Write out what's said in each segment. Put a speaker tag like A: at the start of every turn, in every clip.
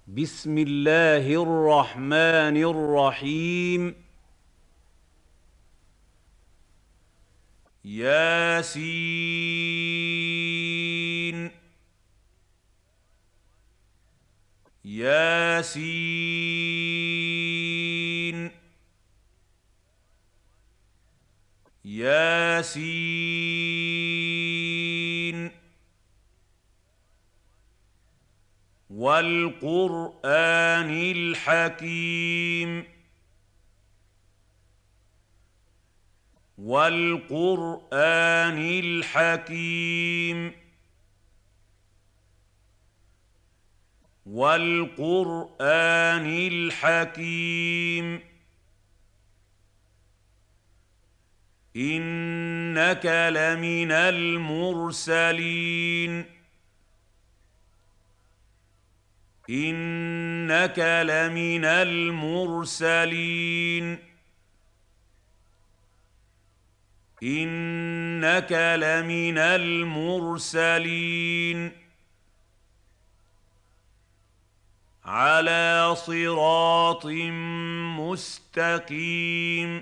A: بسم الله الرحمن الرحيم. ياسين ياسين ياسين والقرآن الحكيم والقرآن الحكيم والقرآن الحكيم إنك لمن المرسلين إنك لمن المرسلين إنك لمن المرسلين على صراط مستقيم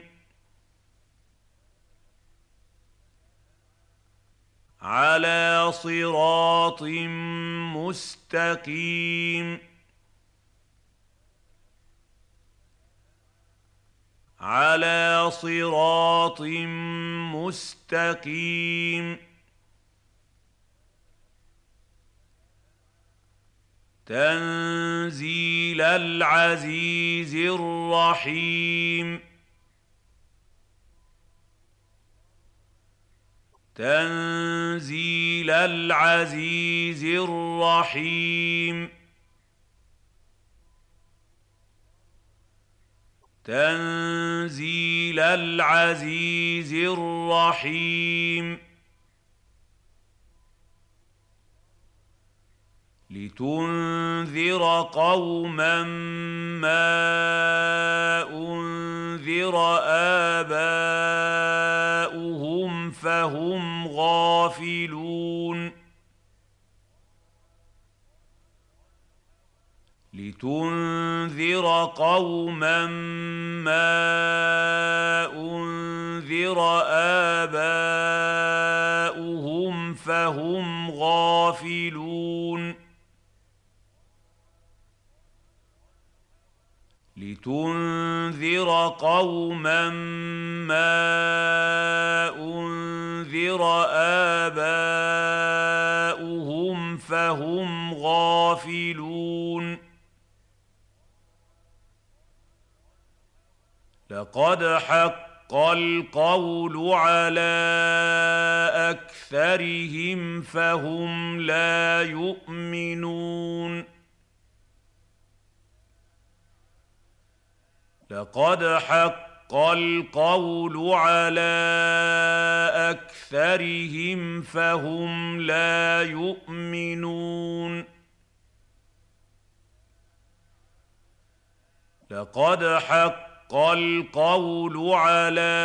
A: على صراط مستقيم على صراط مستقيم تنزيل العزيز الرحيم تنزيل العزيز الرحيم تنزيل العزيز الرحيم لتنذر قوما ما أنذر آباؤهم فهم غافلون لتنذر قوما ما أنذر آباؤهم فهم غافلون لتنذر قوما ما أنذر آباؤهم فهم غافلون لقد حق القول على أكثرهم فهم لا يؤمنون لقد حق القول على أكثرهم فهم لا يؤمنون لقد حق القول على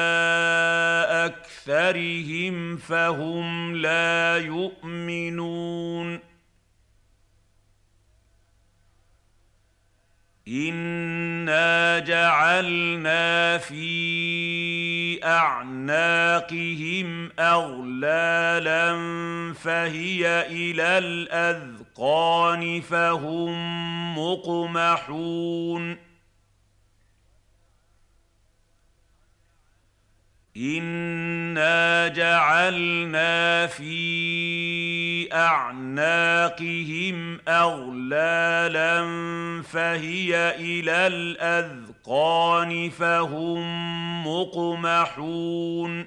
A: أكثرهم فهم لا يؤمنون إنا جعلنا في أعناقهم أغلالا فهي إلى الأذقان فهم مقمحون إنا جعلنا في أعناقهم أغلالا فهي إلى الأذقان فهم مقمحون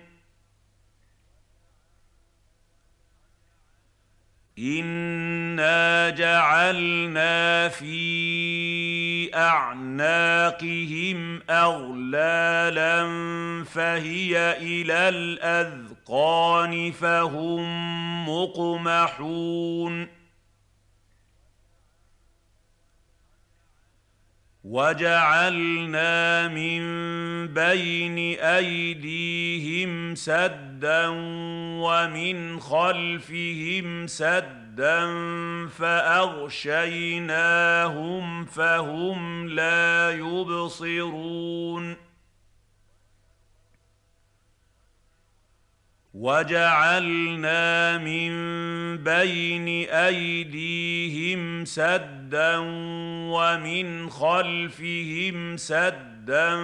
A: إنا جعلنا في أعناقهم أغلالا فهي إلى الأذقان فهم مقمحون وجعلنا من بين أيديهم سدا ومن خلفهم سدا سدا فأغشيناهم فهم لا يبصرون وجعلنا من بين أيديهم سدا ومن خلفهم سدا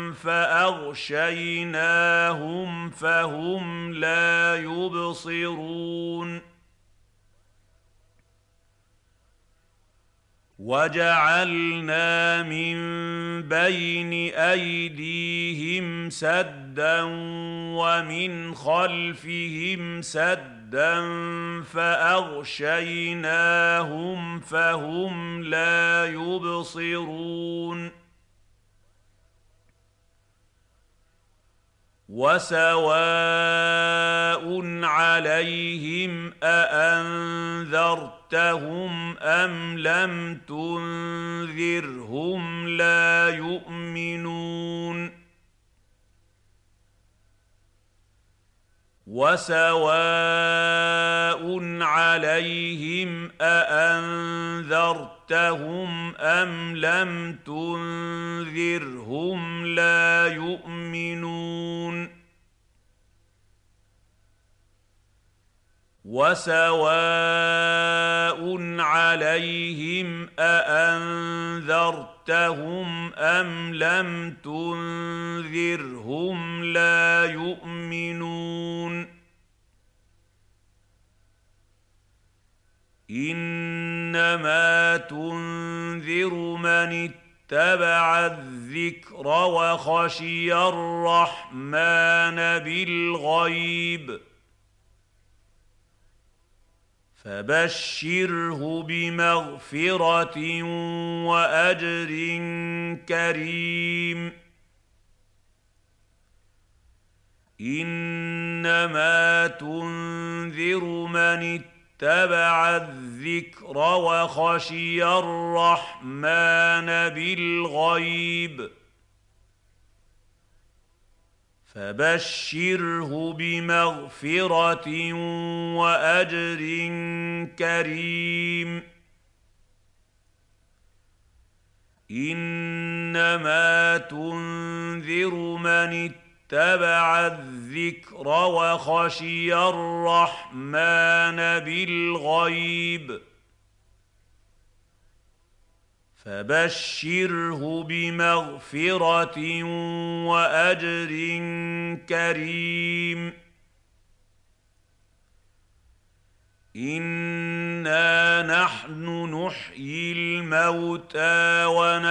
A: فأغشيناهم فهم لا يبصرون وجعلنا من بين أيديهم سدا ومن خلفهم سدا فأغشيناهم فهم لا يبصرون وسواء عليهم أأنذرتهم أم لم تنذرهم لا يؤمنون وسواء عليهم أأنذرتهم أم لم تنذرهم لا يؤمنون وسواء عليهم أأنذرتهم أم لم تنذرهم لا يؤمنون إنما تنذر من اتبع الذكر وخشي الرحمن بالغيب فبشره بمغفرة وأجر كريم إنما تنذر من اتبع الذكر وخشي الرحمن بالغيب فبشره بمغفرة وأجر كريم إنما تنذر من اتبع الذكر وخشي الرحمن بالغيب فبشره بمغفرة وأجر كريم إنا نحن نحيي الموتى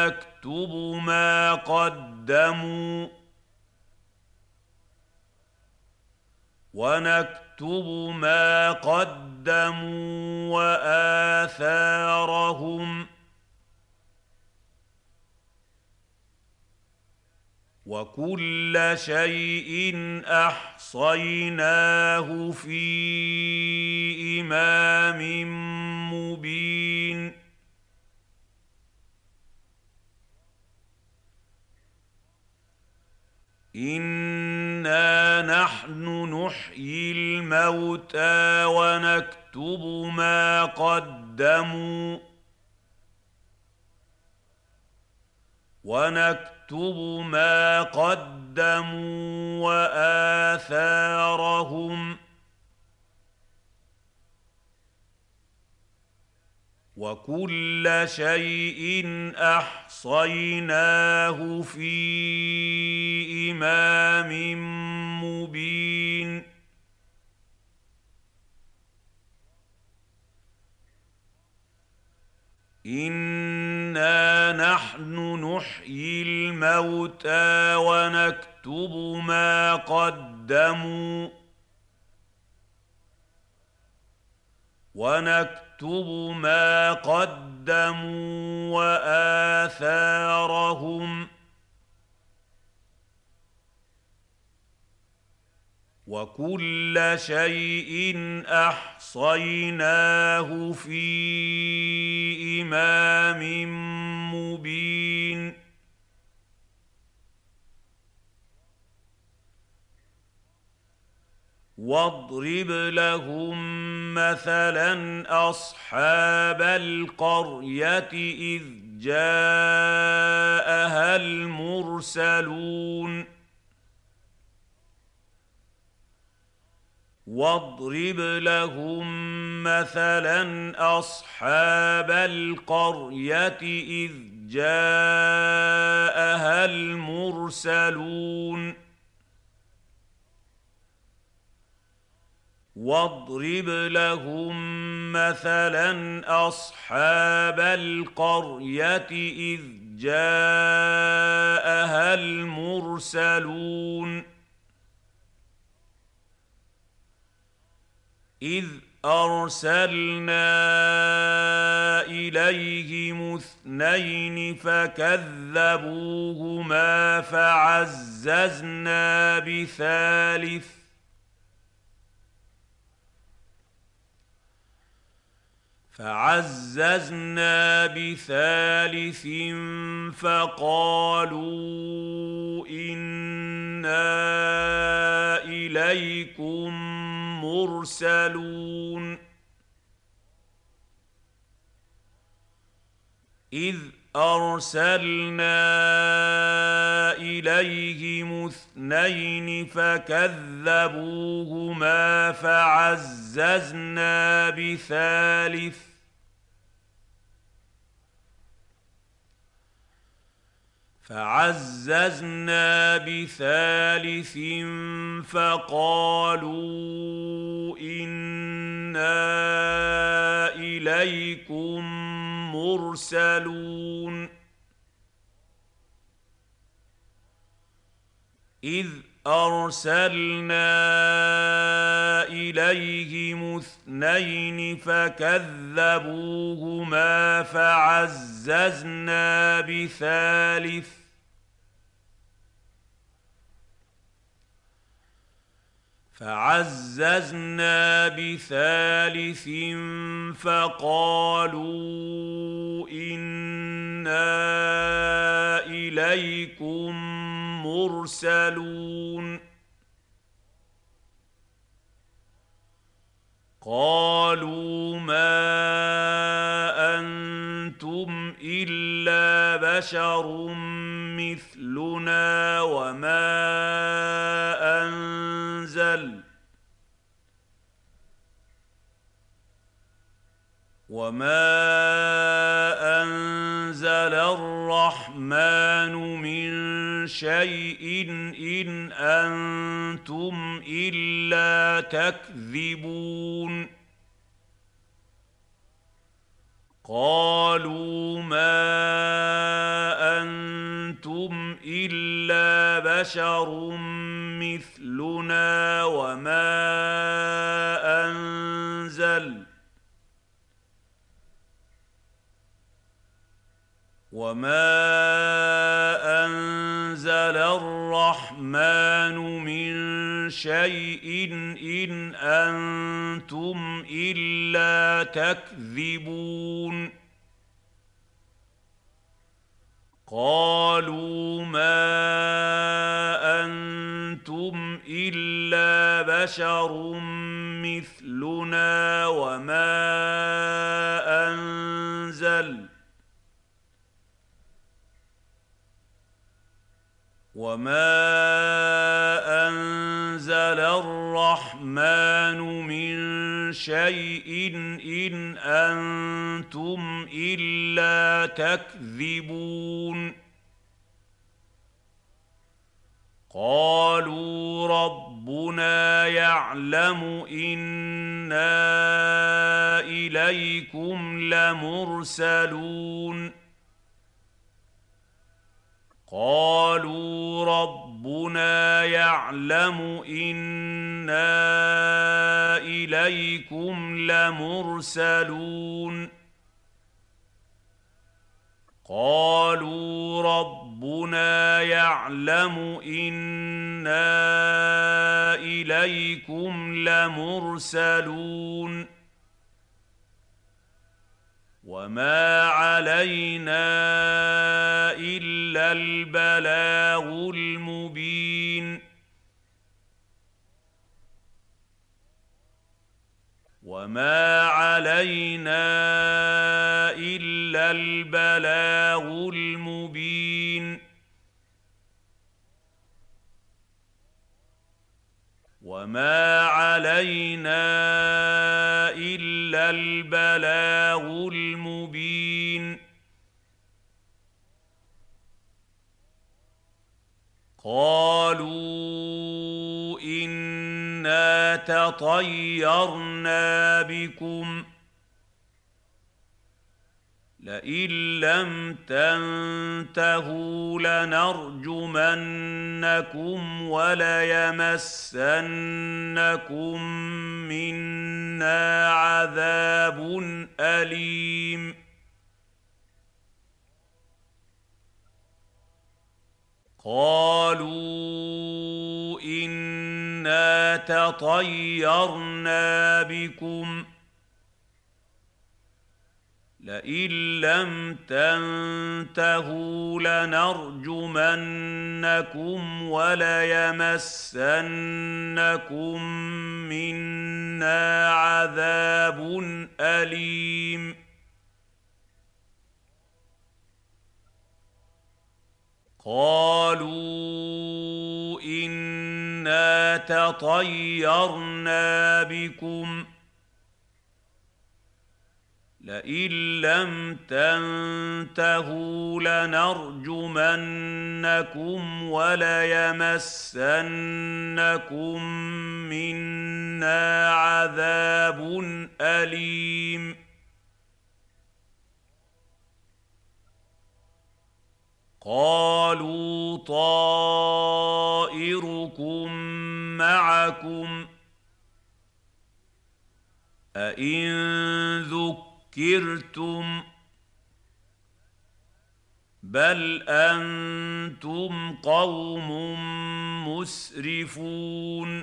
A: ونكتب ما قدموا وآثارهم وكل شيء أحصيناه في إمام مبين إنا نحن نحيي الموتى ونكتب ما قدموا وآثارهم وكل شيء أحصيناه في إمام مبين إنا نحن نحيي الموتى ونكتب ما قدموا وآثارهم وكل شيء أحصيناه في إمام مبين واضرب لهم مثلا أصحاب القرية إذ جاءها المرسلون واضرب لهم مثلا أصحاب القرية إذ جاءها المرسلون واضرب لهم مثلا أصحاب القرية إذ جاءها المرسلون إذ أرسلنا إليهم اثنين فكذبوهما فعززنا بثالث فقالوا إنا إليكم مرسلون إذ أرسلنا إليهم اثنين فكذبوهما فعززنا بثالث فقالوا إنا إليكم مرسلون إذ أرسلنا إليهم اثنين فكذبوهما فعززنا بثالث فقالوا إنا إليكم مرسلون قالوا ما أنتم إلا بشر مثلنا وما أنزل الرحمن من شيء إن أنتم إلا تكذبون قالوا ما أنتم إلا بشر مثلنا وما أنزل الرحمن من شيء إن أنتم إلا تكذبون قالوا ما أنتم إلا بشر مثلنا وما أنزل الرحمن من شيء إن أنتم إلا تكذبون قالوا ربنا يعلم إنا إليكم لمرسلون قالوا ربنا يعلم إنا إليكم لمرسلون قالوا ربنا يعلم إنا إليكم لمرسلون وما علينا إلا البلاغ المبين وما علينا إلا البلاغ المبين وما علينا إلا البلاغ المبين قالوا إنا تطيرنا بكم لئن لم تنتهوا لنرجمنكم وليمسنكم منا عذاب أليم قالوا إنا تطيرنا بكم لئن لم تنتهوا لنرجمنكم وليمسنكم منا عذاب أليم قالوا إنا تطيرنا بكم لئن لم تنتهوا لنرجمنكم وليمسنكم منا عذاب أليم قالوا طائركم معكم أئن ذكرتم بل أنتم قوم مسرفون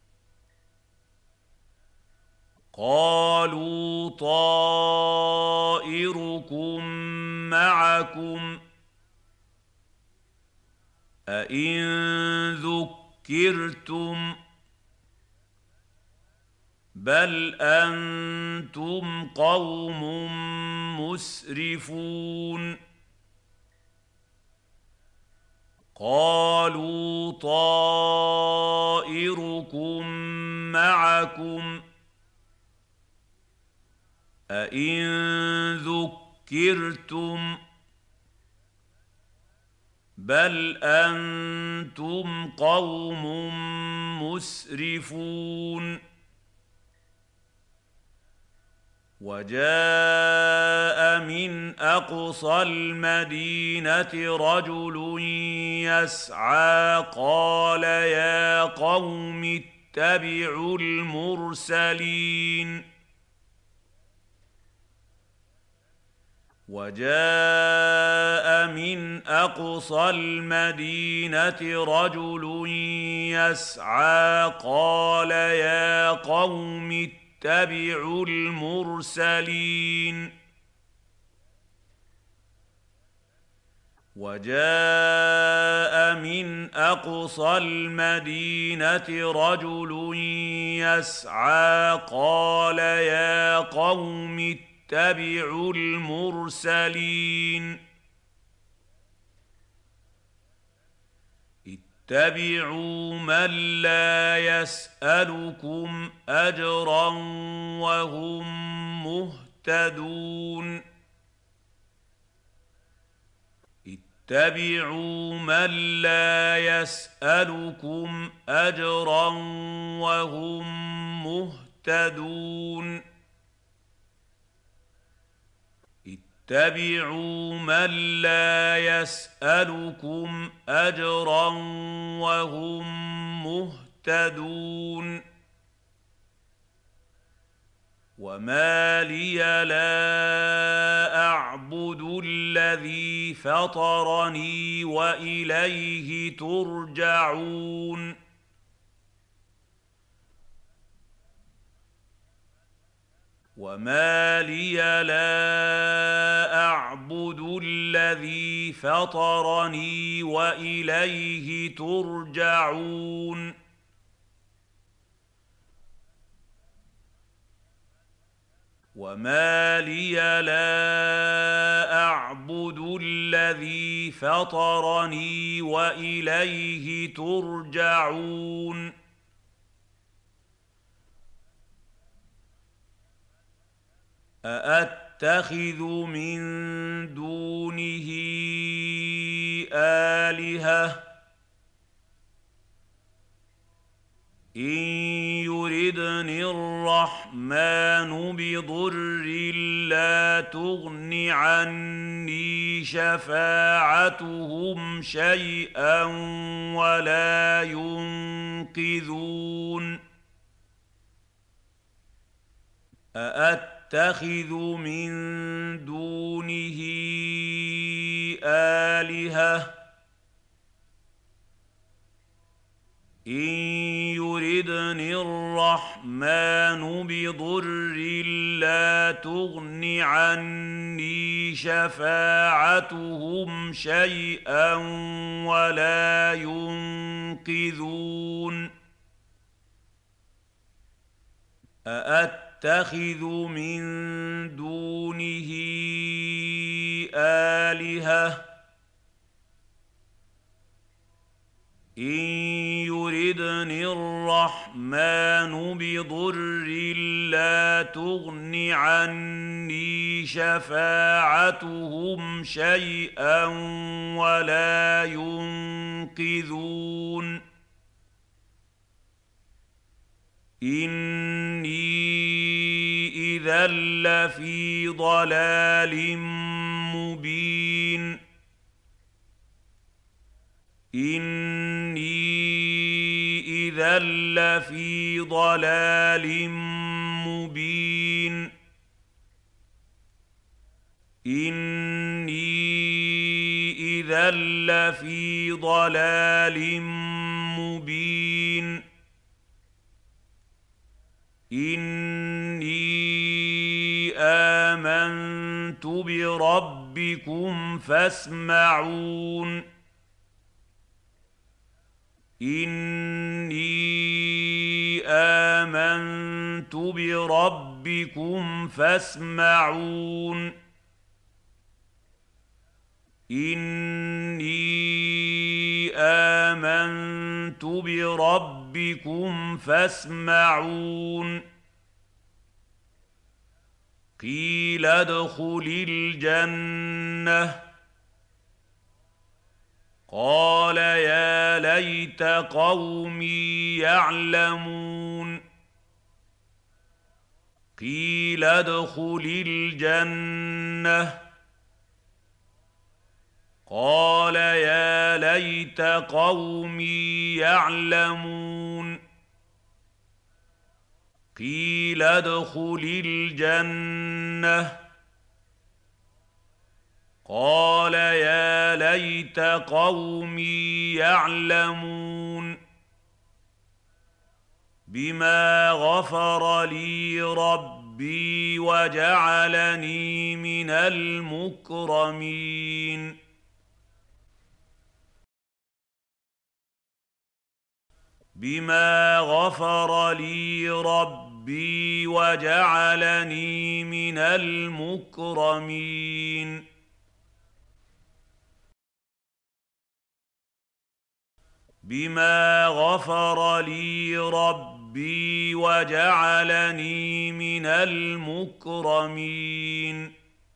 A: قالوا طائركم معكم أئن ذكرتم بل أنتم قوم مسرفون قالوا طائركم معكم أئن ذكرتم بل أنتم قوم مسرفون وجاء من أقصى المدينة رجل يسعى قال يا قوم اتبعوا المرسلين وجاء من أقصى المدينة رجل يسعى قال يا قوم اتبعوا المرسلين وجاء من أقصى المدينة رجل يسعى قال يا قوم اتبعوا المرسلين اتبعوا من لا يسألكم أجرا وهم مهتدون اتبعوا من لا يسألكم أجرا وهم مهتدون اتبعوا من لا يسألكم أجرا وهم مهتدون وما لي لا أعبد الذي فطرني وإليه ترجعون وما لي لا أعبد الذي فطرني وإليه ترجعون وما لي لا أعبد الذي فطرني وإليه ترجعون أأتخذ من دونه آلهة إن يردني الرحمن بضر لا تغن عني شفاعتهم شيئا ولا ينقذون أأتخذ من دونه آلهة إن يردني الرحمن بضر لا تغن عني شفاعتهم شيئا ولا ينقذون أأتخذ من دونه آلهة إن يردني الرحمن بضر لا تغن عني شفاعتهم شيئا ولا ينقذون إني إذا لفي ضلال مبين إني إذا لفي ضلال مبين إني إذا لفي ضلال مبين إني آمنت بربكم فاسمعون إني آمنت بربكم فاسمعون إني آمنت بربكم فاسمعون قيل ادخل الجنة قال يا ليت قومي يعلمون قيل ادخل الجنة قال يا ليت قومي يعلمون قيل ادخل الجنة قال يا ليت قومي يعلمون بما غفر لي ربي وجعلني من المكرمين بما غفر لي ربي وجعلني من المكرمين بما غفر لي ربي وجعلني من المكرمين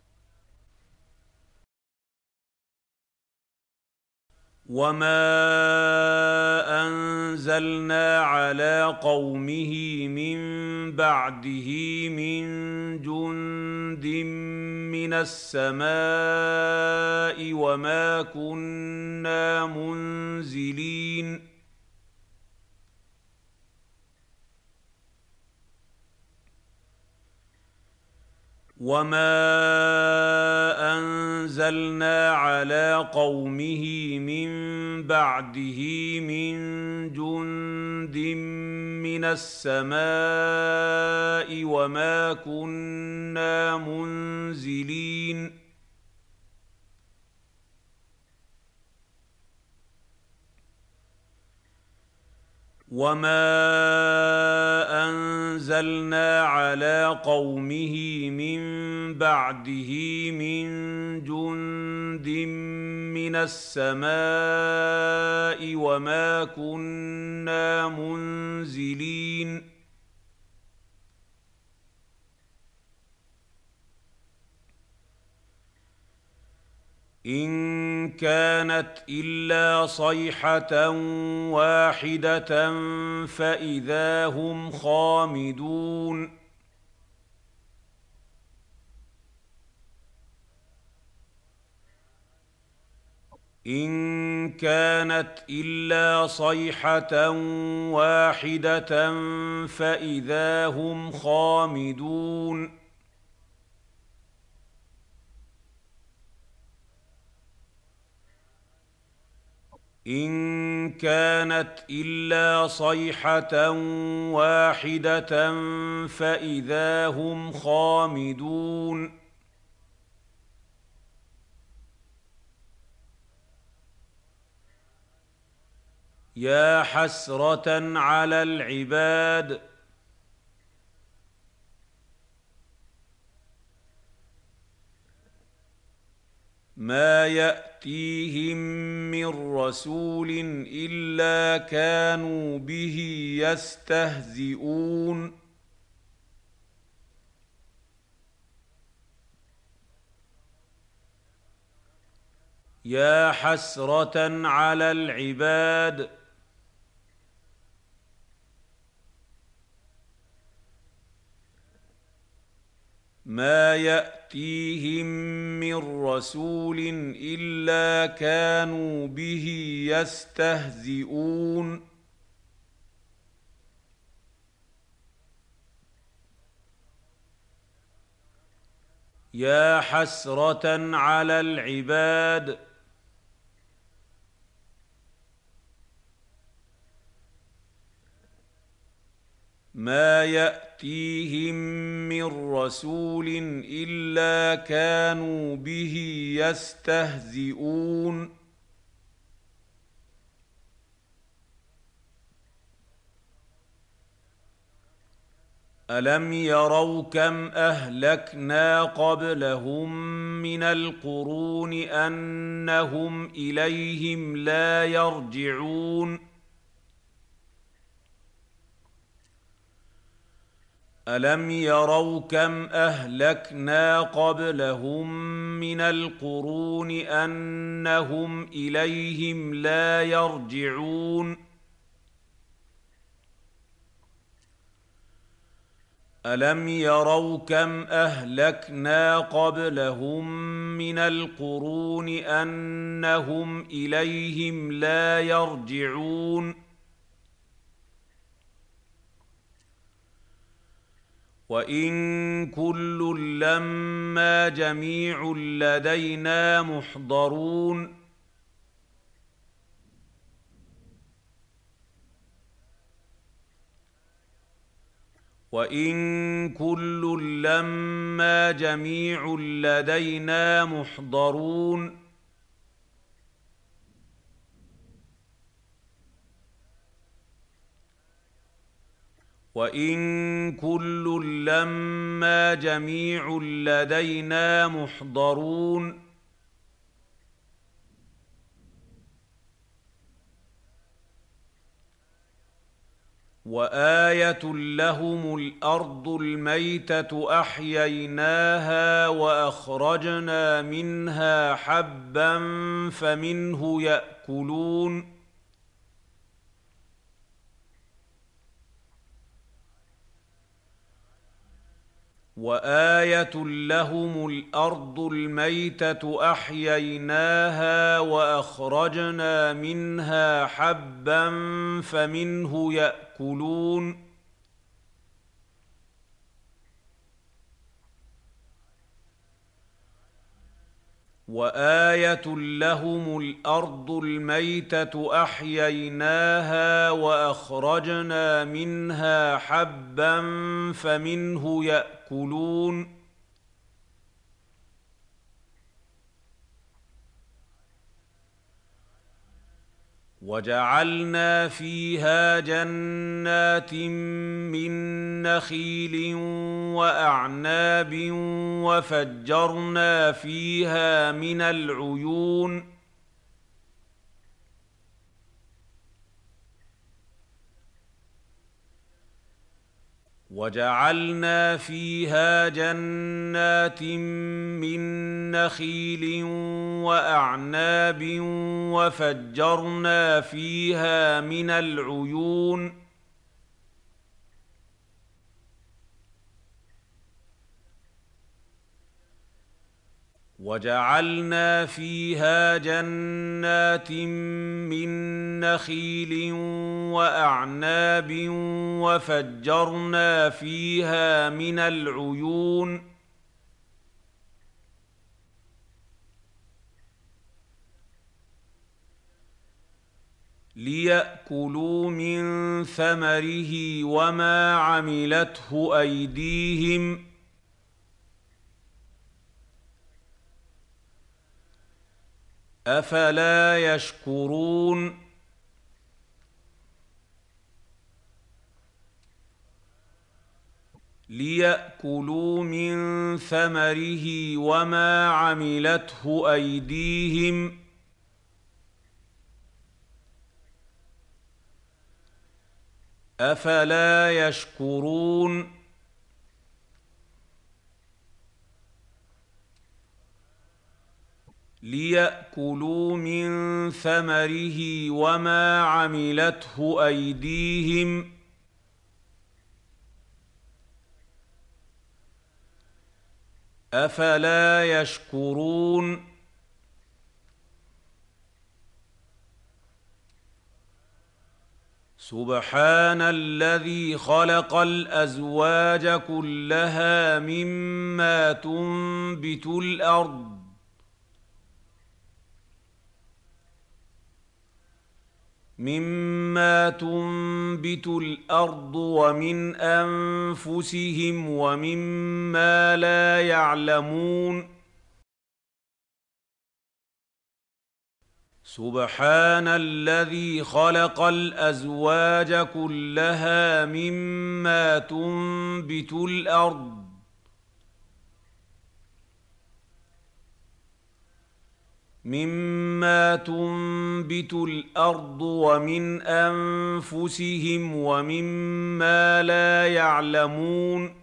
A: وما أنزلنا على قومه من بعده من جند من السماء وما كنا منزلين وما أنزلنا على قومه من بعده من جند من السماء وما كنا منزلين وما أنزلنا أرسلنا على قومه من بعده من جند من السماء وما كنا منزلين إن كانت إلا صيحة واحدة فإذا هم خامدون إن كانت إلا صيحة واحدة فإذا هم خامدون إن كانت إلا صيحة واحدة فإذا هم خامدون يا حسرة على العباد ما يأتيهم من رسول إلا كانوا به يستهزئون يا حسرة على العباد ما يأتيهم من رسول إلا كانوا به يستهزئون يا حسرة على العباد ما يأتيهم من رسول إلا كانوا به يستهزئون ألم يروا كم أهلكنا قبلهم من القرون أنهم إليهم لا يرجعون ألم يروا كم أهلكنا قبلهم من القرون أنهم إليهم لا يرجعون ألم يروا كم أهلكنا قبلهم من القرون أنهم إليهم لا يرجعون وإن كل لما جميع لدينا محضرون وإن كل لما جميع لدينا محضرون وإن كل لما جميع لدينا محضرون وآية لهم الأرض الميتة أحييناها وأخرجنا منها حبا فمنه يأكلون وآية لهم الأرض الميتة أحييناها وأخرجنا منها حبا فمنه يأكلون وآية لهم الأرض الميتة أحييناها وأخرجنا منها حبا فمنه يأكلون وجعلنا فيها جنات من نخيل وأعناب وفجرنا فيها من العيون وجعلنا فيها جنات من نخيل وأعناب وفجرنا فيها من العيون وجعلنا فيها جنات من نخيل وأعناب وفجرنا فيها من العيون ليأكلوا من ثمره وما عملته أيديهم أفلا يشكرون ليأكلوا من ثمره وما عملته أيديهم أفلا يشكرون ليأكلوا من ثمره وما عملته أيديهم أفلا يشكرون سبحان الذي خلق الأزواج كلها مما تنبت الأرض ومن أنفسهم ومما لا يعلمون سبحان الذي خلق الأزواج كلها مما تنبت الأرض ومن أنفسهم ومما لا يعلمون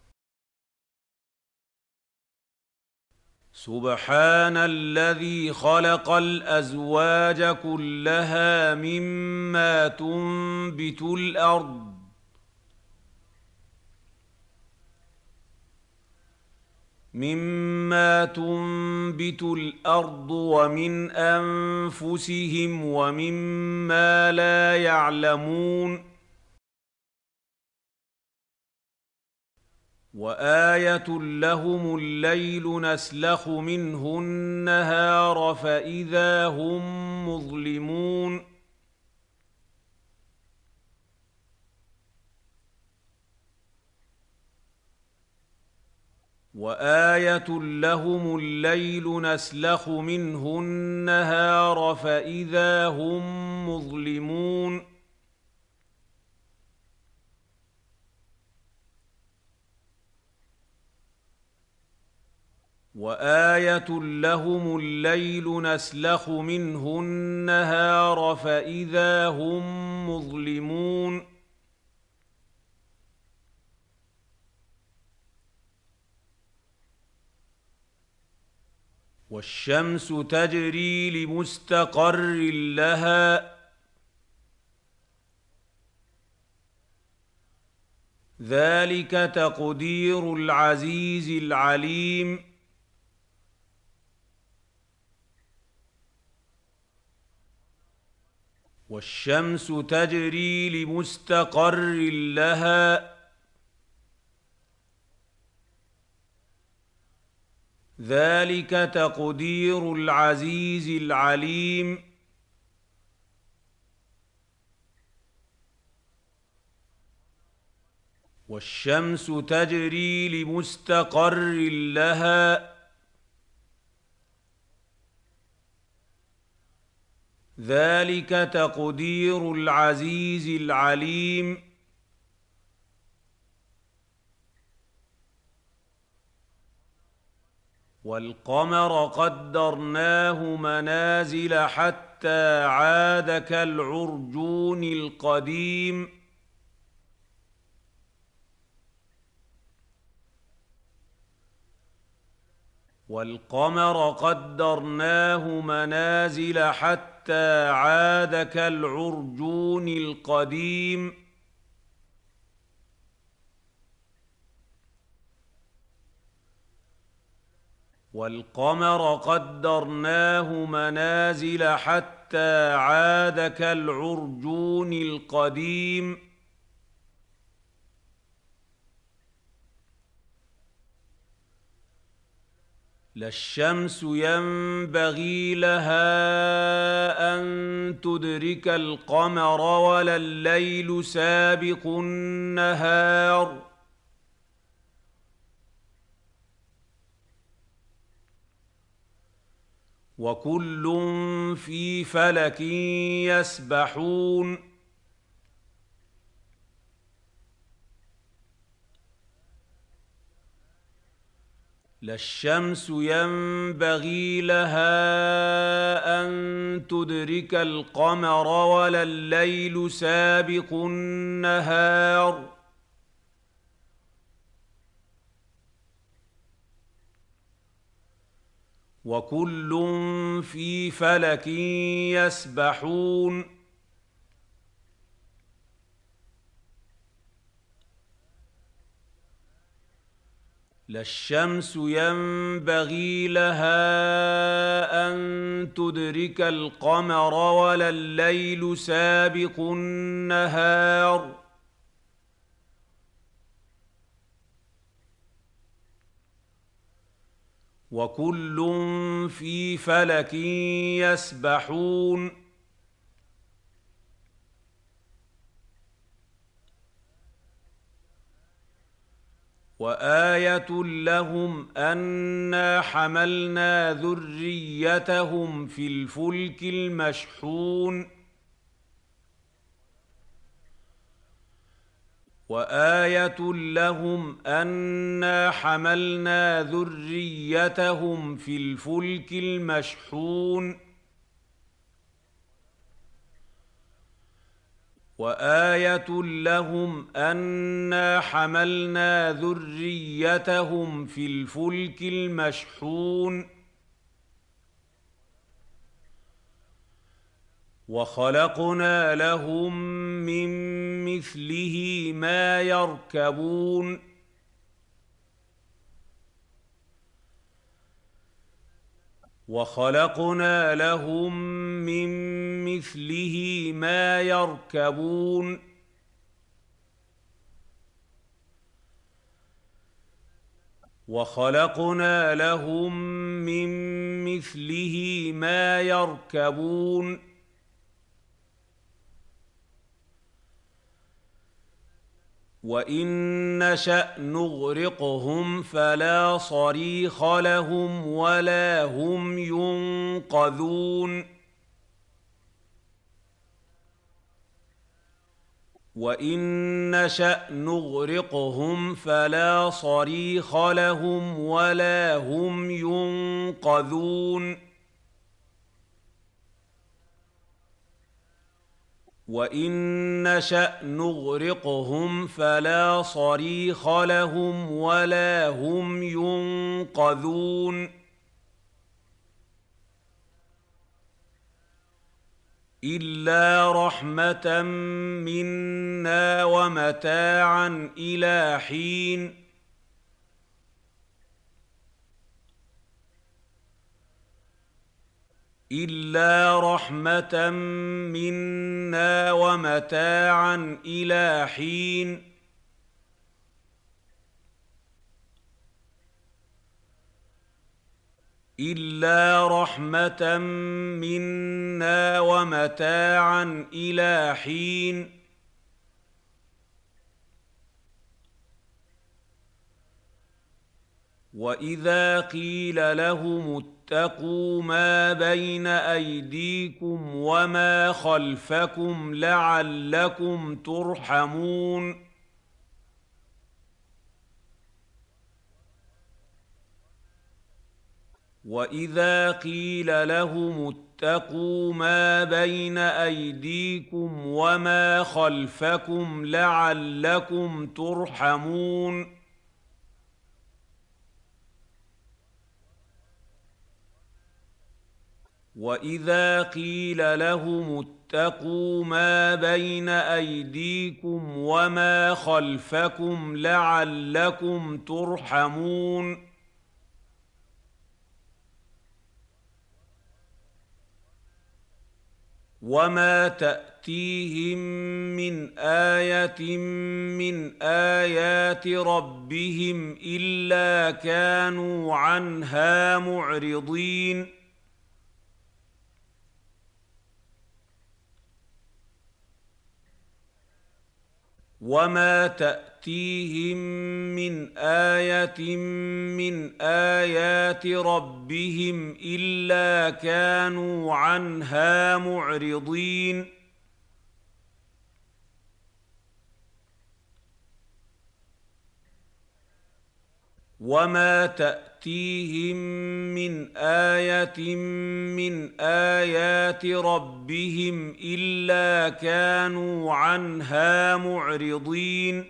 A: سبحان الذي خلق الأزواج كلها مما تنبت الأرض ومن أنفسهم ومما لا يعلمون وآية لهم الليل نسلخ منه النهار فإذا هم مظلمون وآية لهم الليل نسلخ منه النهار فإذا هم مظلمون وآية لهم الليل نسلخ منه النهار فإذا هم مظلمون والشمس تجري لمستقر لها ذلك تقدير العزيز العليم والشمس تجري لمستقر لها، ، ، ، ، ، ، ، ، ، ، ، ، ، ، ، ، ، ، ، ، ، ، ، ، ، ، ، ، ، ، ، ، ، ، ، ، ، ، ، ، ، ، ، ، ، ، ، ، ، ، ، ، ، ، ، ، ، ، ، ، ، ، ، ، ، ، ، ، ، ، ، ، ، ، ، ، ، ، ، ، ، ، ، ، ، ، ، ، ، ، ، ، ، ، ، ، ، ، ، ، ، ، ، ، ، ، ، ، ، ، ، ، ، ، ، ، ، ، ، ، ، ، ، ، ، ، ، ، ، ، ، ، ، ، ، ، ، ، ، ، ، ، ، ، ، ، ، ، ذلك تقدير العزيز العليم والقمر قدرناه منازل حتى عاد كالعرجون القديم والقمر قدرناه منازل حتى عاد كالعرجون القديم والقمر قدرناه منازل حتى عاد كالعرجون القديم لا الشمس ينبغي لها أن تدرك القمر ولا الليل سابق النهار وكل في فلك يسبحون لا الشمس ينبغي لها أن تدرك القمر ولا الليل سابق النهار وكل في فلك يسبحون لا الشمس ينبغي لها أن تدرك القمر ولا الليل سابق النهار وكل في فلك يسبحون وآية لهم أنا حملنا ذريتهم في الفلك المشحون وآية لهم أنا حملنا ذريتهم في الفلك المشحون وآية لهم أنا حملنا ذريتهم في الفلك المشحون وخلقنا لهم من مثله ما يركبون وخلقنا لهم من مثله ما يركبون وخلقنا لهم من مثله ما يركبون وإن نشأ نغرقهم فلا صريخ لهم ولا هم ينقذون وإن نشأ نغرقهم فلا صريخ لهم ولا هم ينقذون وإن نشأ نغرقهم فلا صريخ لهم ولا هم ينقذون إلا رحمة منا ومتاعا إلى حين إلا رحمة منا ومتاعا إلى حين إلا رحمة منا ومتاعا إلى حين وإذا قيل لهم اتقوا ما بين أيديكم وما خلفكم لعلكم ترحمون وإذا قيل لهم اتقوا ما بين أيديكم وما خلفكم لعلكم ترحمون وإذا قيل لهم اتقوا ما بين أيديكم وما خلفكم لعلكم ترحمون وما تأتيهم من آية من آيات ربهم إلا كانوا عنها معرضين وما تأتيهم من آية من آيات ربهم إلا كانوا عنها معرضين وما تأتيهم من آية من آيات ربهم إلا كانوا عنها معرضين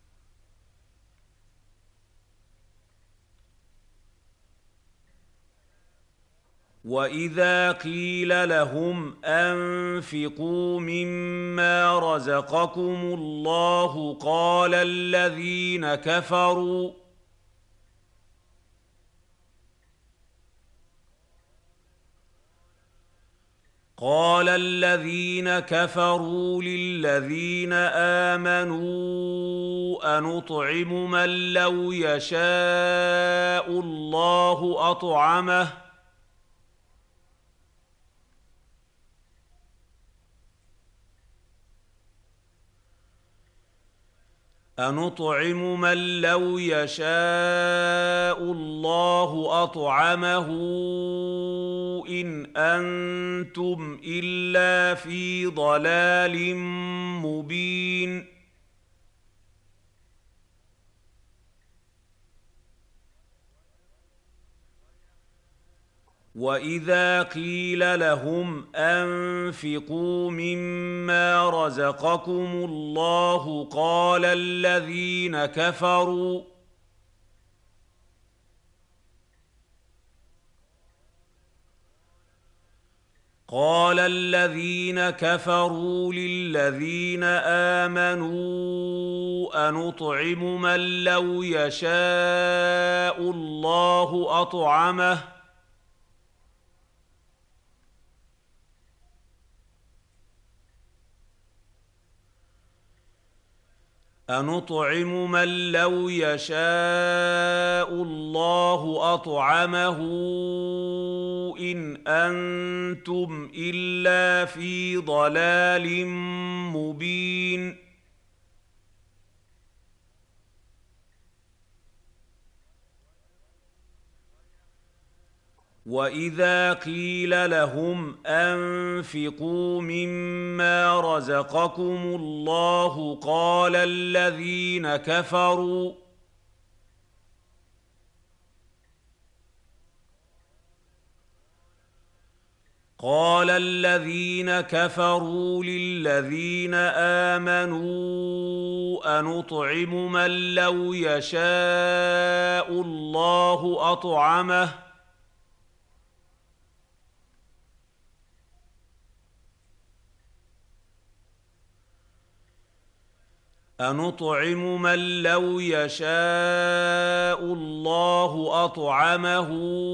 A: وإذا قيل لهم أنفقوا مما رزقكم الله قال الذين كفروا للذين آمنوا أنطعم من لو يشاء الله أطعمه أنطعم من لو يشاء الله أطعمه إن أنتم إلا في ضلال مبين وإذا قيل لهم أنفقوا مما رزقكم الله قال الذين كفروا للذين آمنوا أنطعم من لو يشاء الله أطعمه أنطعم من لو يشاء الله أطعمه إن أنتم إلا في ضلال مبين وإذا قيل لهم أنفقوا مما رزقكم الله قال الذين كفروا للذين آمنوا أنطعم من لو يشاء الله أطعمه أنطعم من لو يشاء الله أطعمه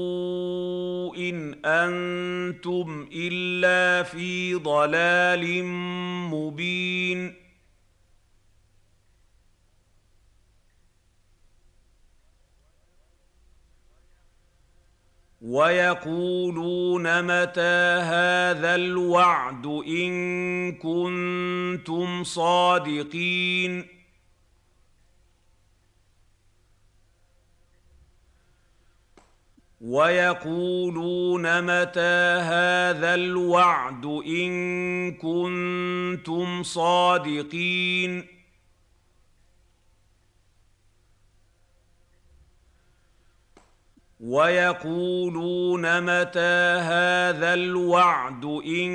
A: إن أنتم إلا في ضلال مبين ويقولون متى هذا الوعد إن كنتم صادقين ويقولون متى هذا الوعد إن كنتم صادقين ويقولون متى هذا الوعد إن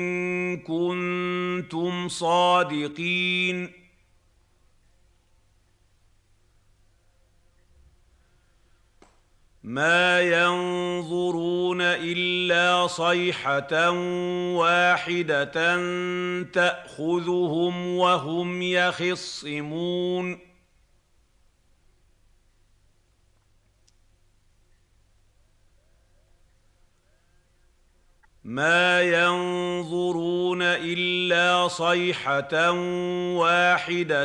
A: كنتم صادقين ما ينظرون إلا صيحة واحدة تأخذهم وهم يخصمون ما ينظرون إلا صيحة واحدة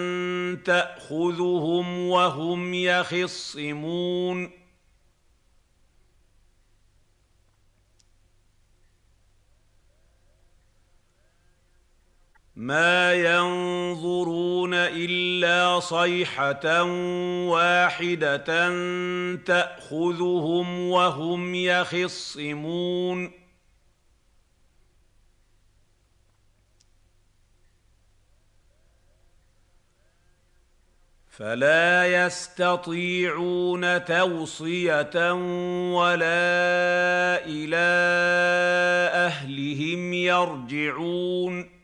A: تأخذهم وهم يخصمون ما ينظرون إلا صيحة واحدة تأخذهم وهم يخصمون فلا يستطيعون توصية ولا إلى أهلهم يرجعون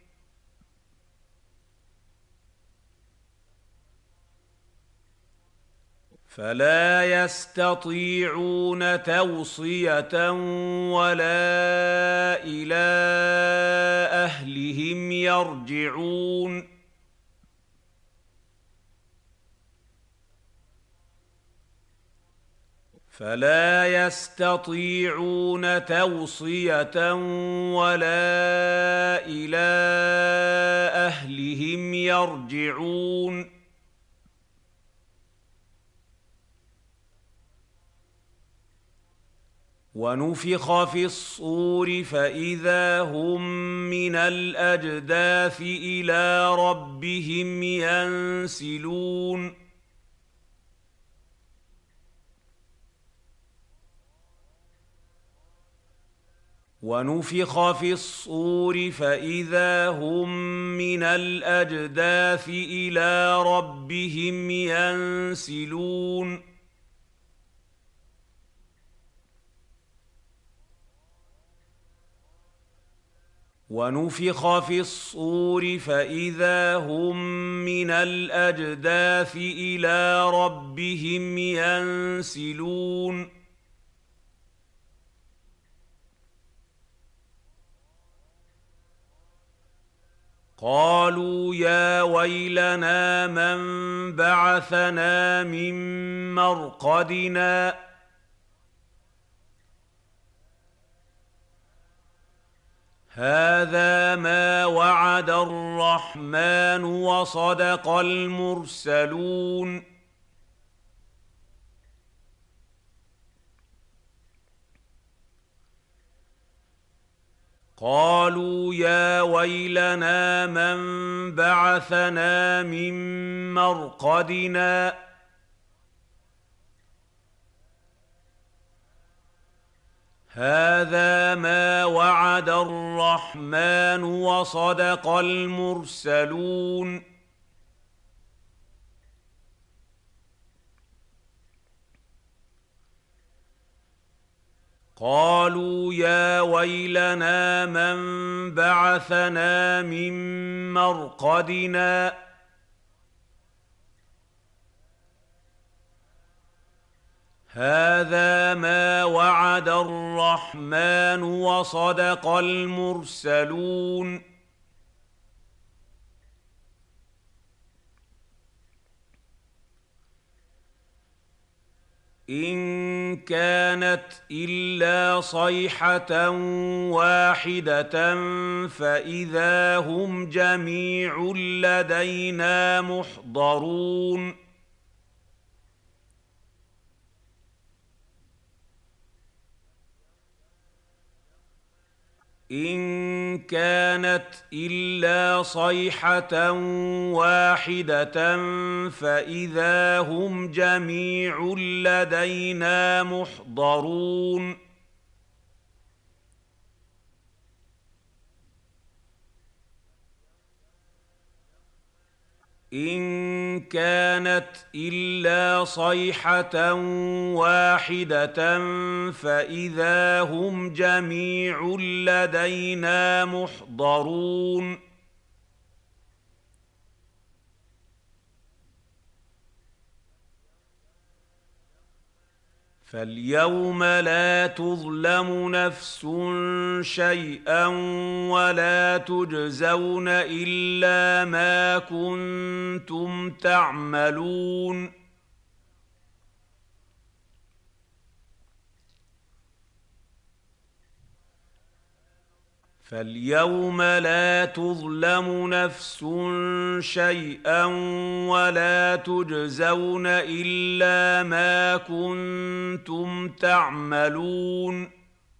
A: فلا يستطيعون توصية ولا إلى أهلهم يرجعون فلا يستطيعون توصية ولا إلى أهلهم يرجعون ونفخ في الصور فإذا هم من الأجداث إلى ربهم ينسلون ونفخ في الصور فإذا هم من الأجداث إلى ربهم ينسلون ونفخ في الصور فإذا هم من الأجداث إلى ربهم ينسلون قالوا يا ويلنا من بعثنا من مرقدنا هذا ما وعد الرحمن وصدق المرسلون قالوا يا ويلنا من بعثنا من مرقدنا هذا ما وعد الرحمن وصدق المرسلون قالوا يا ويلنا من بعثنا من مرقدنا هذا ما وعد الرحمن وصدق المرسلون إن كانت إلا صيحة واحدة فإذا هم جميع لدينا محضرون إن كانت إلا صيحة واحدة فإذا هم جميع لدينا محضرون إن كانت إلا صيحة واحدة فإذا هم جميع لدينا محضرون فاليوم لا تظلم نفس شيئا ولا تجزون إلا ما كنتم تعملون فاليوم لا تظلم نفس شيئا ولا تجزون إلا ما كنتم تعملون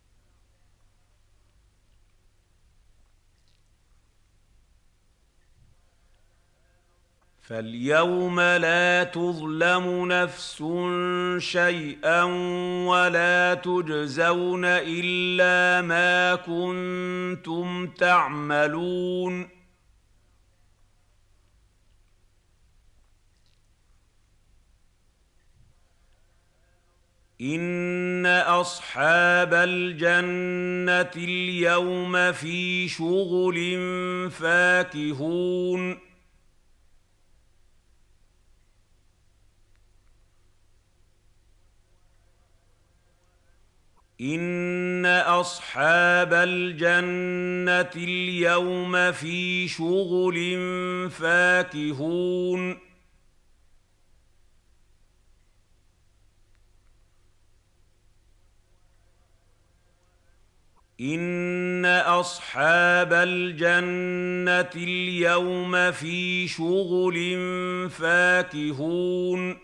A: فاليوم لا تظلم نفس شيئا ولا تجزون إلا ما كنتم تعملون إن أصحاب الجنة اليوم في شغل فاكهون إن أصحاب الجنة اليوم في شغل فاكهون إن أصحاب الجنة اليوم في شغل فاكهون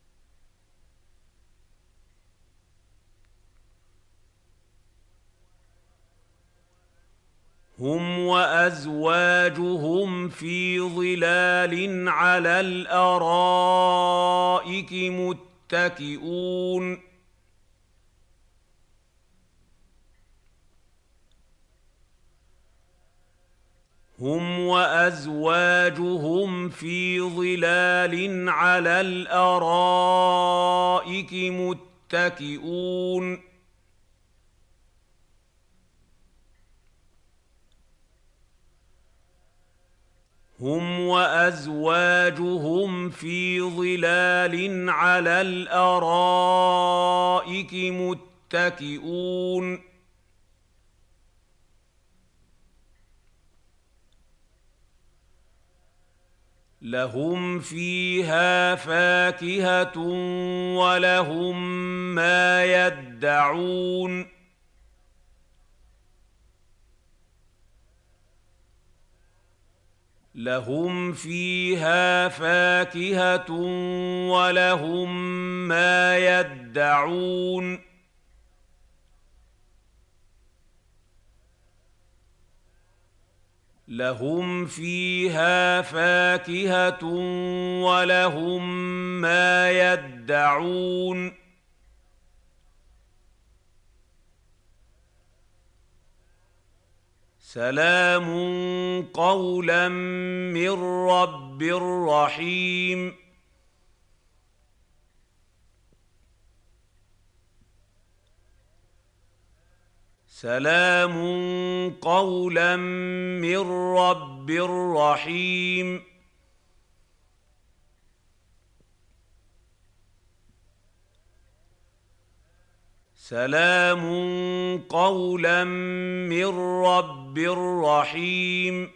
A: هم وأزواجهم في ظلال على الأرائك متكئون هم وأزواجهم في ظلال على الأرائك متكئون هم وأزواجهم في ظلال على الأرائك متكئون لهم فيها فاكهة ولهم ما يدعون لهم فيها فاكهة ولهم ما يدعون لهم فيها فاكهة ولهم ما يدعون سلام قولا من رب رحيم سلام قولا من رب رحيم سلام قولا من رب رحيم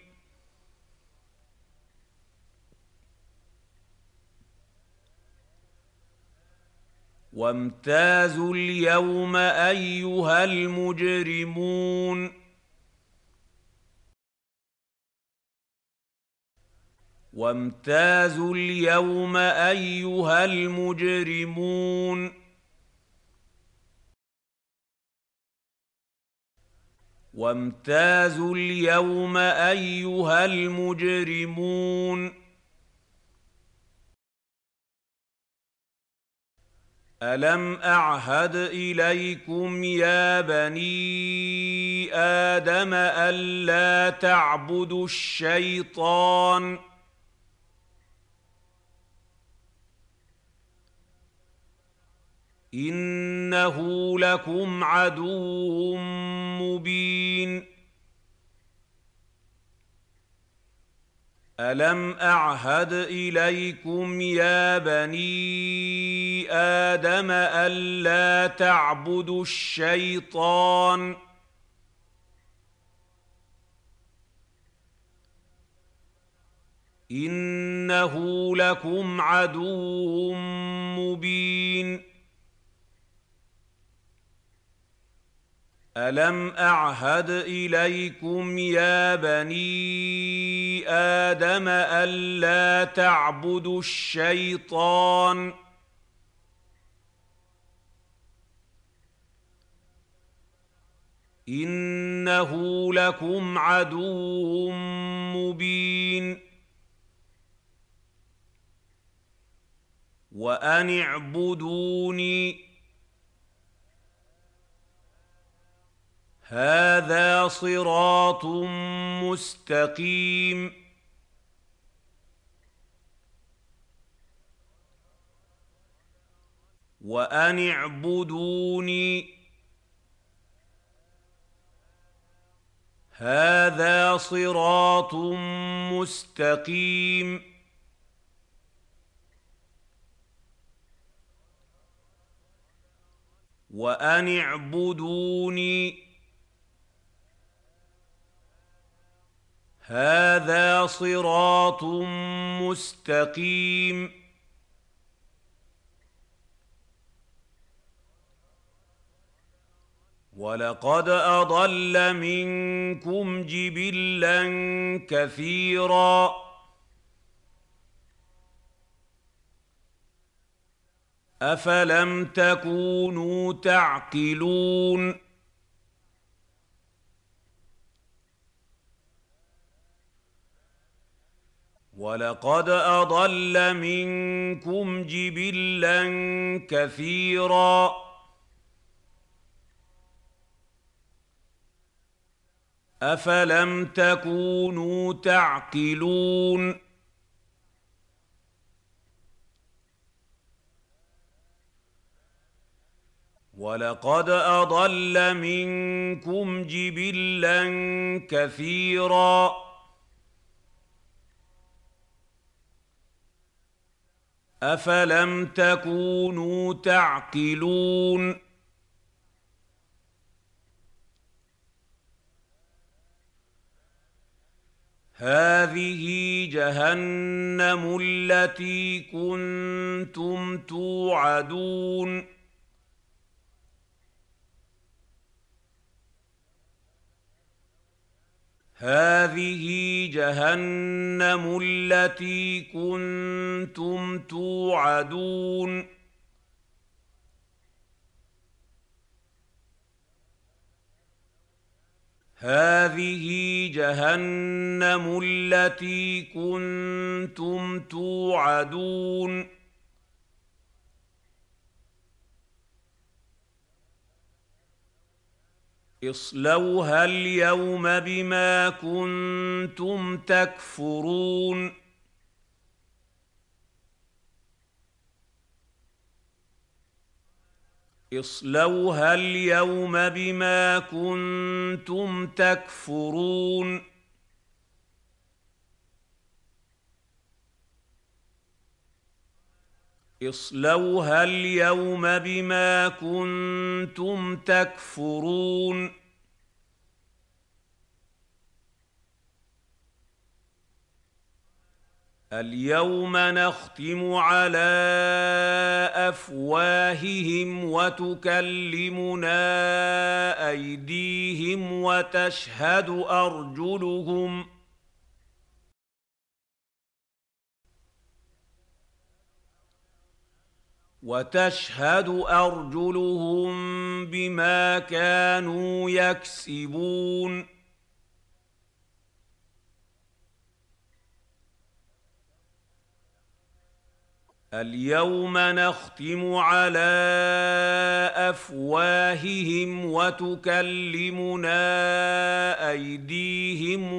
A: وامتازوا اليوم أيها المجرمون وامتازوا اليوم أيها المجرمون وامتازوا اليوم أيها المجرمون ألم أعهد إليكم يا بني آدم ألا تعبدوا الشيطان إنه لكم عدو مبين ألم أعهد إليكم يا بني آدم ألا تعبدوا الشيطان إنه لكم عدو مبين ألم أعهد إليكم يا بني آدم ألا تعبدوا الشيطان إنه لكم عدو مبين وأن اعبدوني هذا صراط مستقيم وأن اعبدوني هذا صراط مستقيم وأن اعبدوني هذا صراط مستقيم ولقد أضل منكم جبلا كثيرا أفلم تكونوا تعقلون ولقد أضل منكم جبلا كثيرا أفلم تكونوا تعقلون ولقد أضل منكم جبلا كثيرا أفلم تكونوا تعقلون هذه جهنم التي كنتم توعدون هذه جهنم التي كنتم توعدون هذه جهنم التي كنتم توعدون اصلوها اليوم بما كنتم تكفرون اصلوها اليوم بما كنتم تكفرون اصلوها اليوم بما كنتم تكفرون اليوم نختم على أفواههم وتكلمنا أيديهم وتشهد أرجلهم وتشهد أرجلهم بما كانوا يكسبون اليوم نختم على أفواههم وتكلمنا أيديهم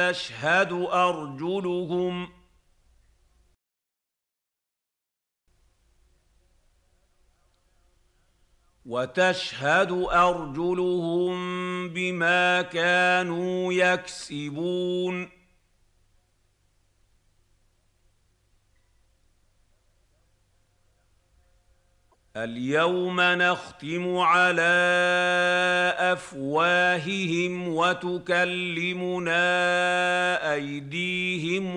A: وتشهد أرجلهم بما كانوا يكسبون اليوم نختم على أفواههم وتكلمنا أيديهم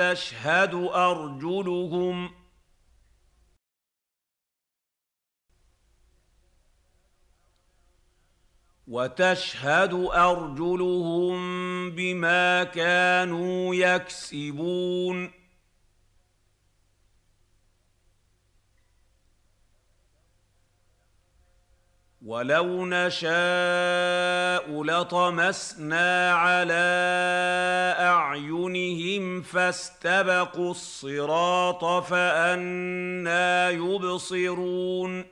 A: وتشهد أرجلهم بما كانوا يكسبون ولو نشاء لطمسنا على أعينهم فاستبقوا الصراط فأنى يبصرون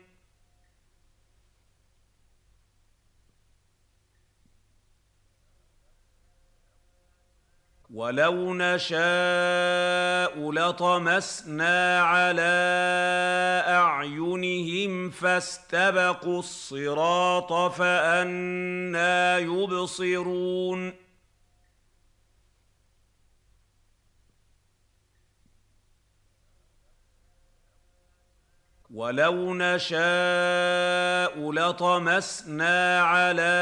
A: ولو نشاء لطمسنا على أعينهم فاستبقوا الصراط فأنى يبصرون ولو نشاء لطمسنا على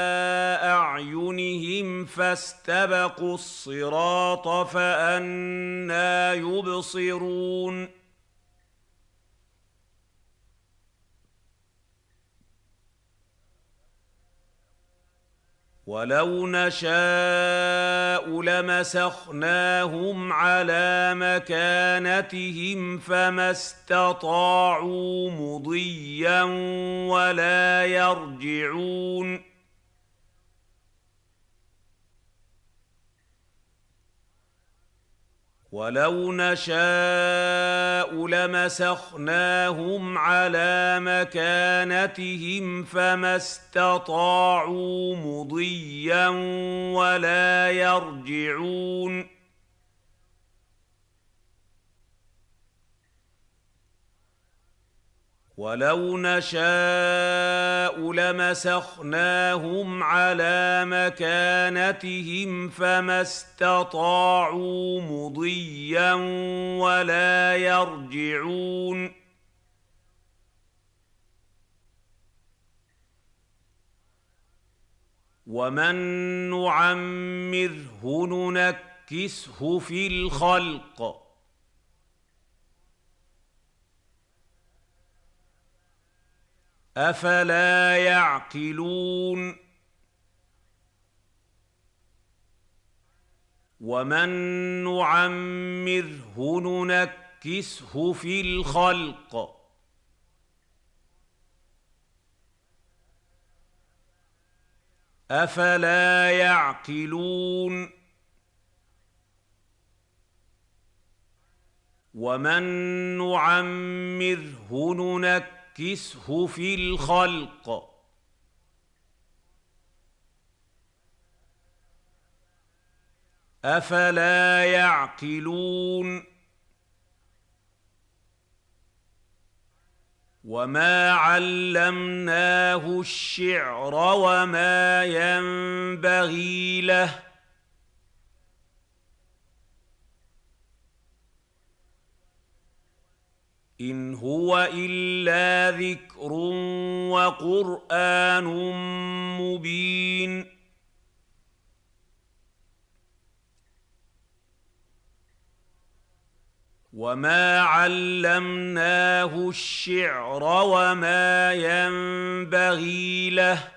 A: أعينهم فاستبقوا الصراط فأنى يبصرون ولو نشاء لمسخناهم على مكانتهم فما استطاعوا مضيا ولا يرجعون ولو نشاء لمسخناهم على مكانتهم فما استطاعوا مضيا ولا يرجعون ولو نشاء لمسخناهم على مكانتهم فما استطاعوا مضيا ولا يرجعون ومن نعمره ننكسه في الخلق أفلا يعقلون ومن نعمره ننكسه في الخلق أفلا يعقلون ومن نعمره ننكسه في الخلق أفلا يعقلون وما علمناه الشعر وما ينبغي له إن هو إلا ذكر وقرآن مبين وما علمناه الشعر وما ينبغي له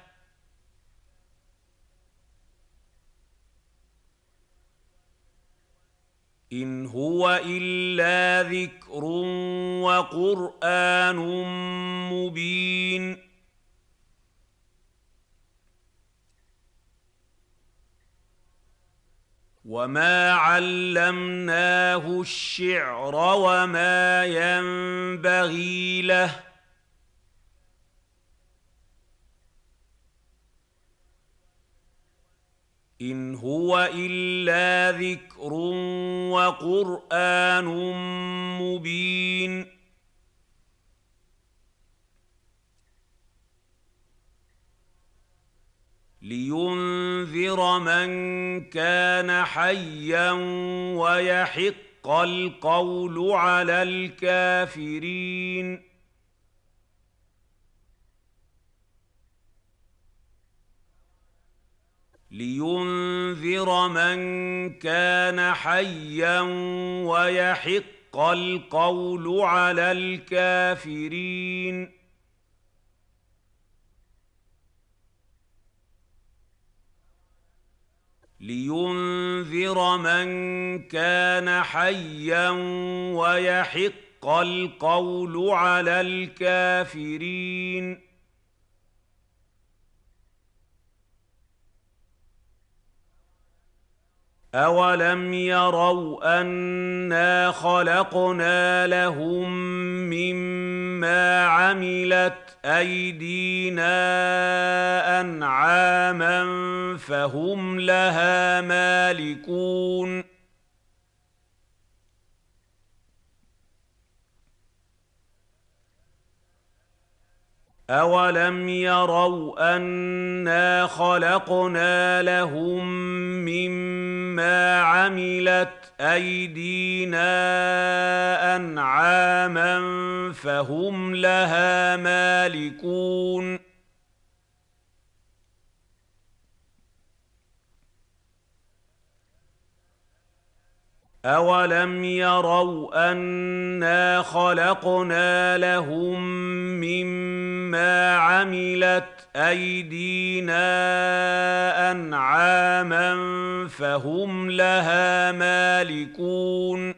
A: إن هو إلا ذكر وقرآن مبين وما علمناه الشعر وما ينبغي له إن هو إلا ذكر وقرآن مبين لينذر من كان حيا ويحق القول على الكافرين لينذر من كان حيا ويحق القول على الكافرين لينذر من كان حيا ويحق القول على الكافرين أولم يروا أنا خلقنا لهم مما عملت أيدينا أنعاما فهم لها مالكون أولم يروا أنا خلقنا لهم مما عملت أيدينا أنعاما فهم لها مالكون أولم يروا أنا خلقنا لهم مما عملت أيدينا أنعاما فهم لها مالكون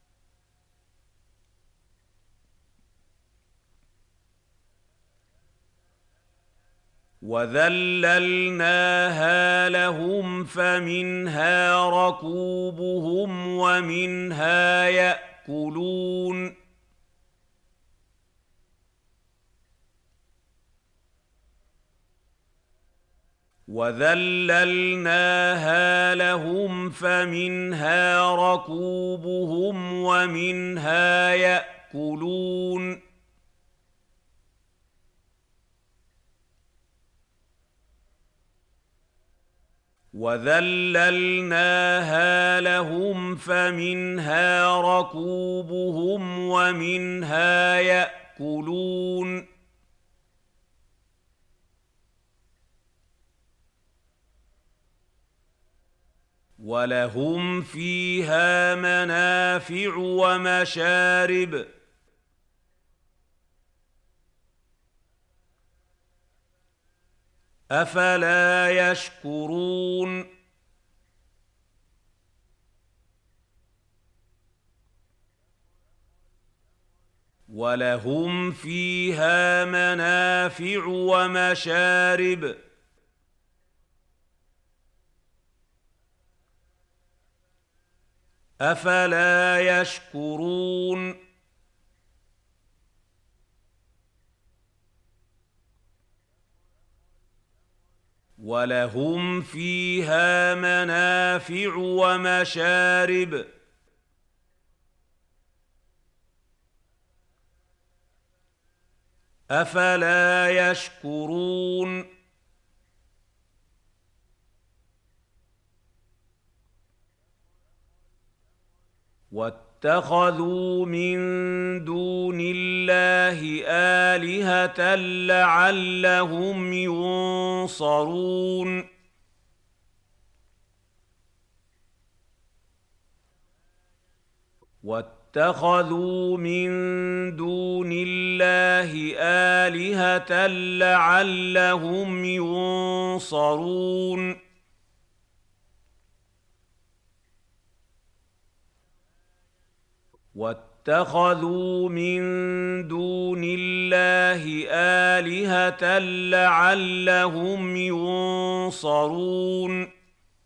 A: وذللناها لهم فمنها ركوبهم ومنها يأكلون وذللناها لهم فمنها ركوبهم ومنها يأكلون وذللناها لهم فمنها ركوبهم ومنها يأكلون ولهم فيها منافع ومشارب أفلا يشكرون ولهم فيها منافع ومشارب أفلا يشكرون ولهم فيها منافع ومشارب أفلا يشكرون واتخذوا من دون الله آلهة لعلهم ينصرون واتخذوا من دون الله آلهة لعلهم ينصرون واتخذوا من دون الله آلهة لعلهم ينصرون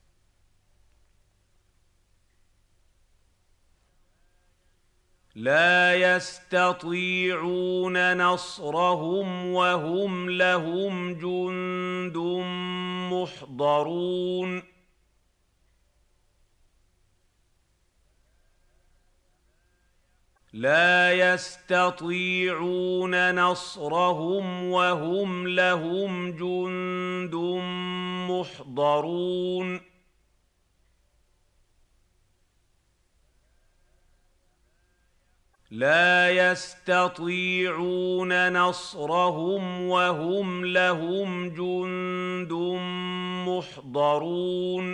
A: لا يستطيعون نصرهم وهم لهم جند محضرون لا يستطيعون نصرهم وهم لهم جند محضرون لا يستطيعون نصرهم وهم لهم جند محضرون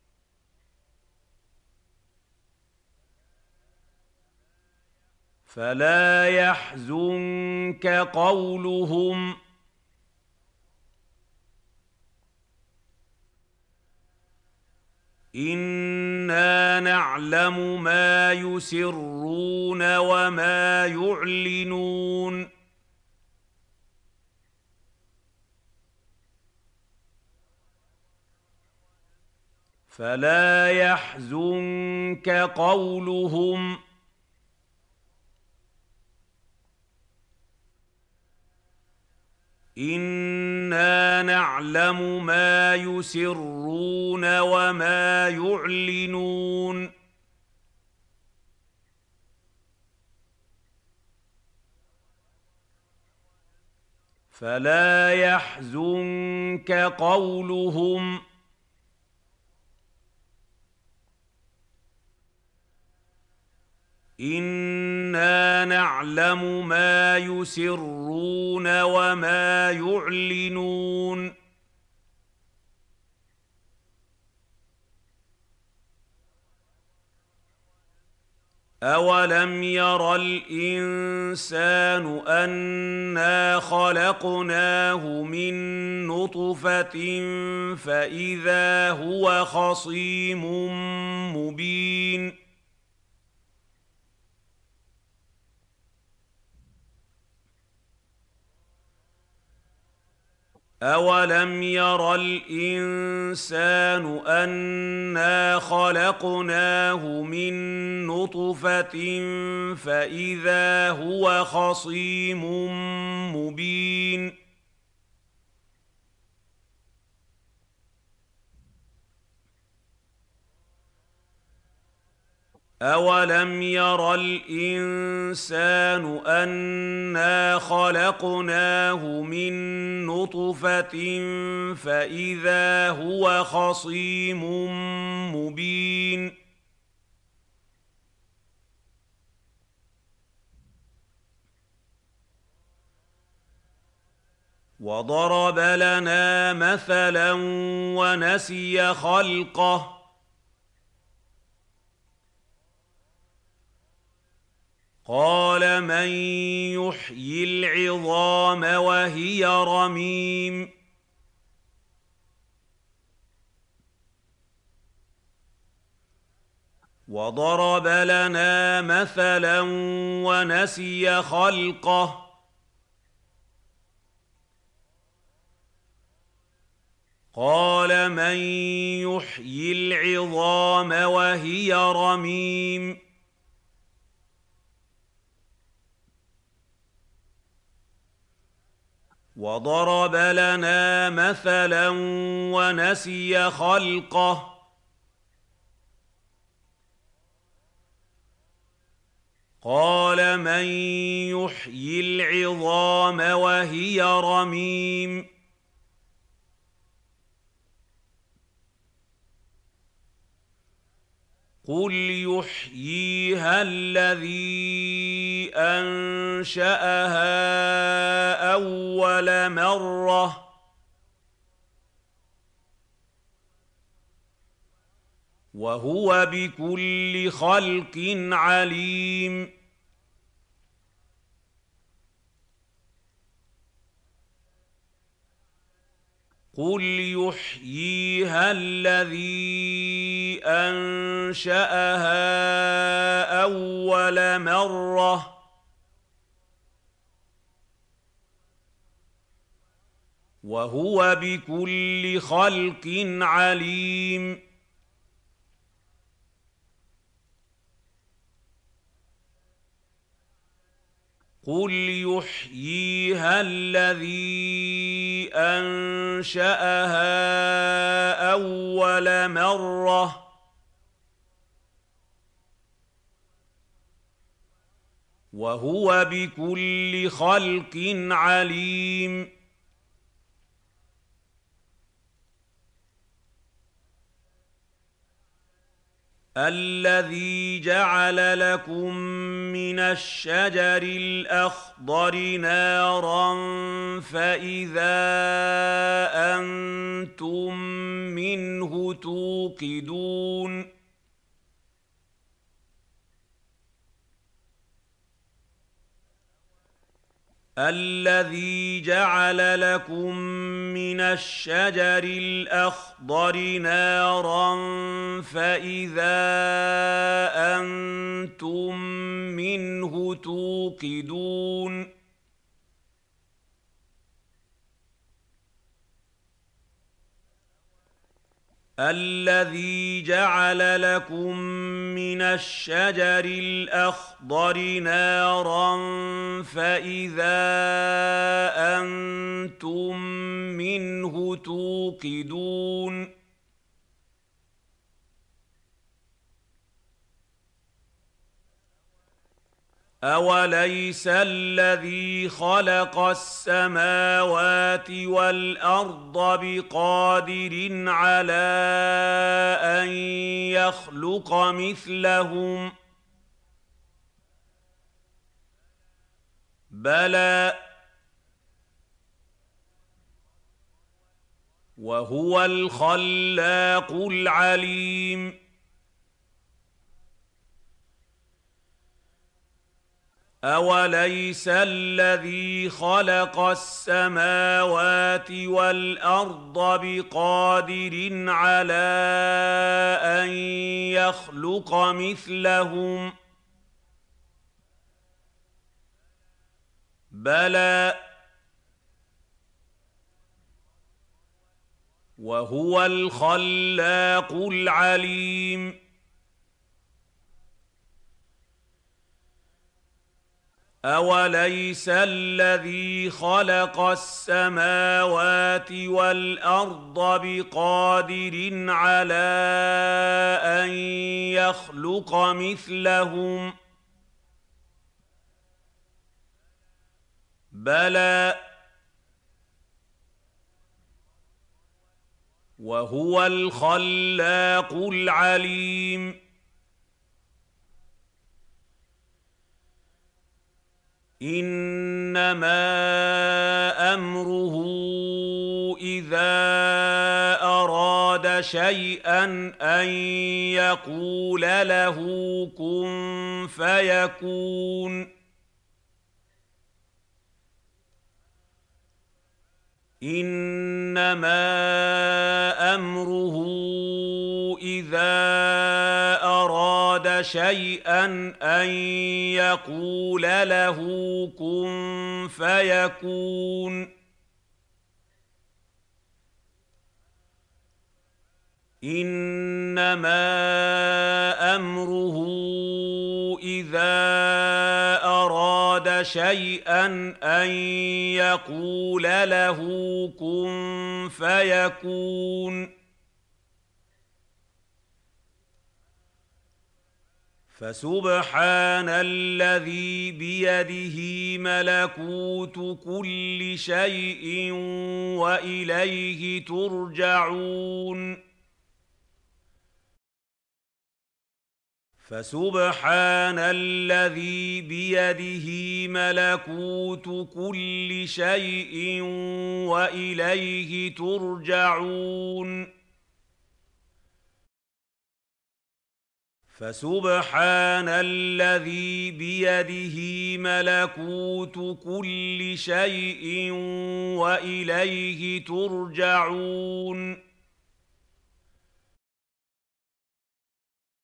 A: فلا يحزنك قولهم إنا نعلم ما يسرون وما يعلنون فلا يحزنك قولهم إنا نعلم ما يسرون وما يعلنون فلا يحزنك قولهم إنا نعلم ما يسرون وما يعلنون أولم ير الإنسان أنا خلقناه من نطفة فإذا هو خصيم مبين أولم ير الإنسان أنا خلقناه من نطفة فإذا هو خصيم مبين أولم ير الإنسان أنا خلقناه من نطفة فإذا هو خصيم مبين وضرب لنا مثلا ونسي خلقه قال من يحيي العظام وهي رميم وضرب لنا مثلا ونسي خلقه قال من يحيي العظام وهي رميم وضرب لنا مثلا ونسي خلقه قال من يحيي العظام وهي رميم قل يحييها الذي أنشأها أول مرة وهو بكل خلق عليم قل يحييها الذي أنشأها أول مرة وهو بكل خلق عليم قل يحييها الذي أنشأها أول مرة وهو بكل خلق عليم الذي جعل لكم من الشجر الأخضر نارا فإذا أنتم منه توقدون الذي جعل لكم من الشجر الأخضر نارا فإذا أنتم منه توقدون الذي جعل لكم من الشجر الأخضر نارا فإذا أنتم منه توقدون أوليس الذي خلق السماوات والأرض بقادر على أن يخلق مثلهم بلى وهو الخلاق العليم أوليس الذي خلق السماوات والأرض بقادر على أن يخلق مثلهم بلى وهو الخلاق العليم أوليس الذي خلق السماوات والأرض بقادر على أن يخلق مثلهم بلى وهو الخلاق العليم إنما أمره إذا أراد شيئا أن يقول له كن فيكون إنما أمره إذا أراد شيئا أن يقول له كن فيكون إنما أمره إذا أراد شيئا أن يقول له كن فيكون فسبحان الذي بيده ملكوت كل شيء وإليه ترجعون فسبحان الذي بيده ملكوت كل شيء وإليه ترجعون فسبحان الذي بيده ملكوت كل شيء وإليه ترجعون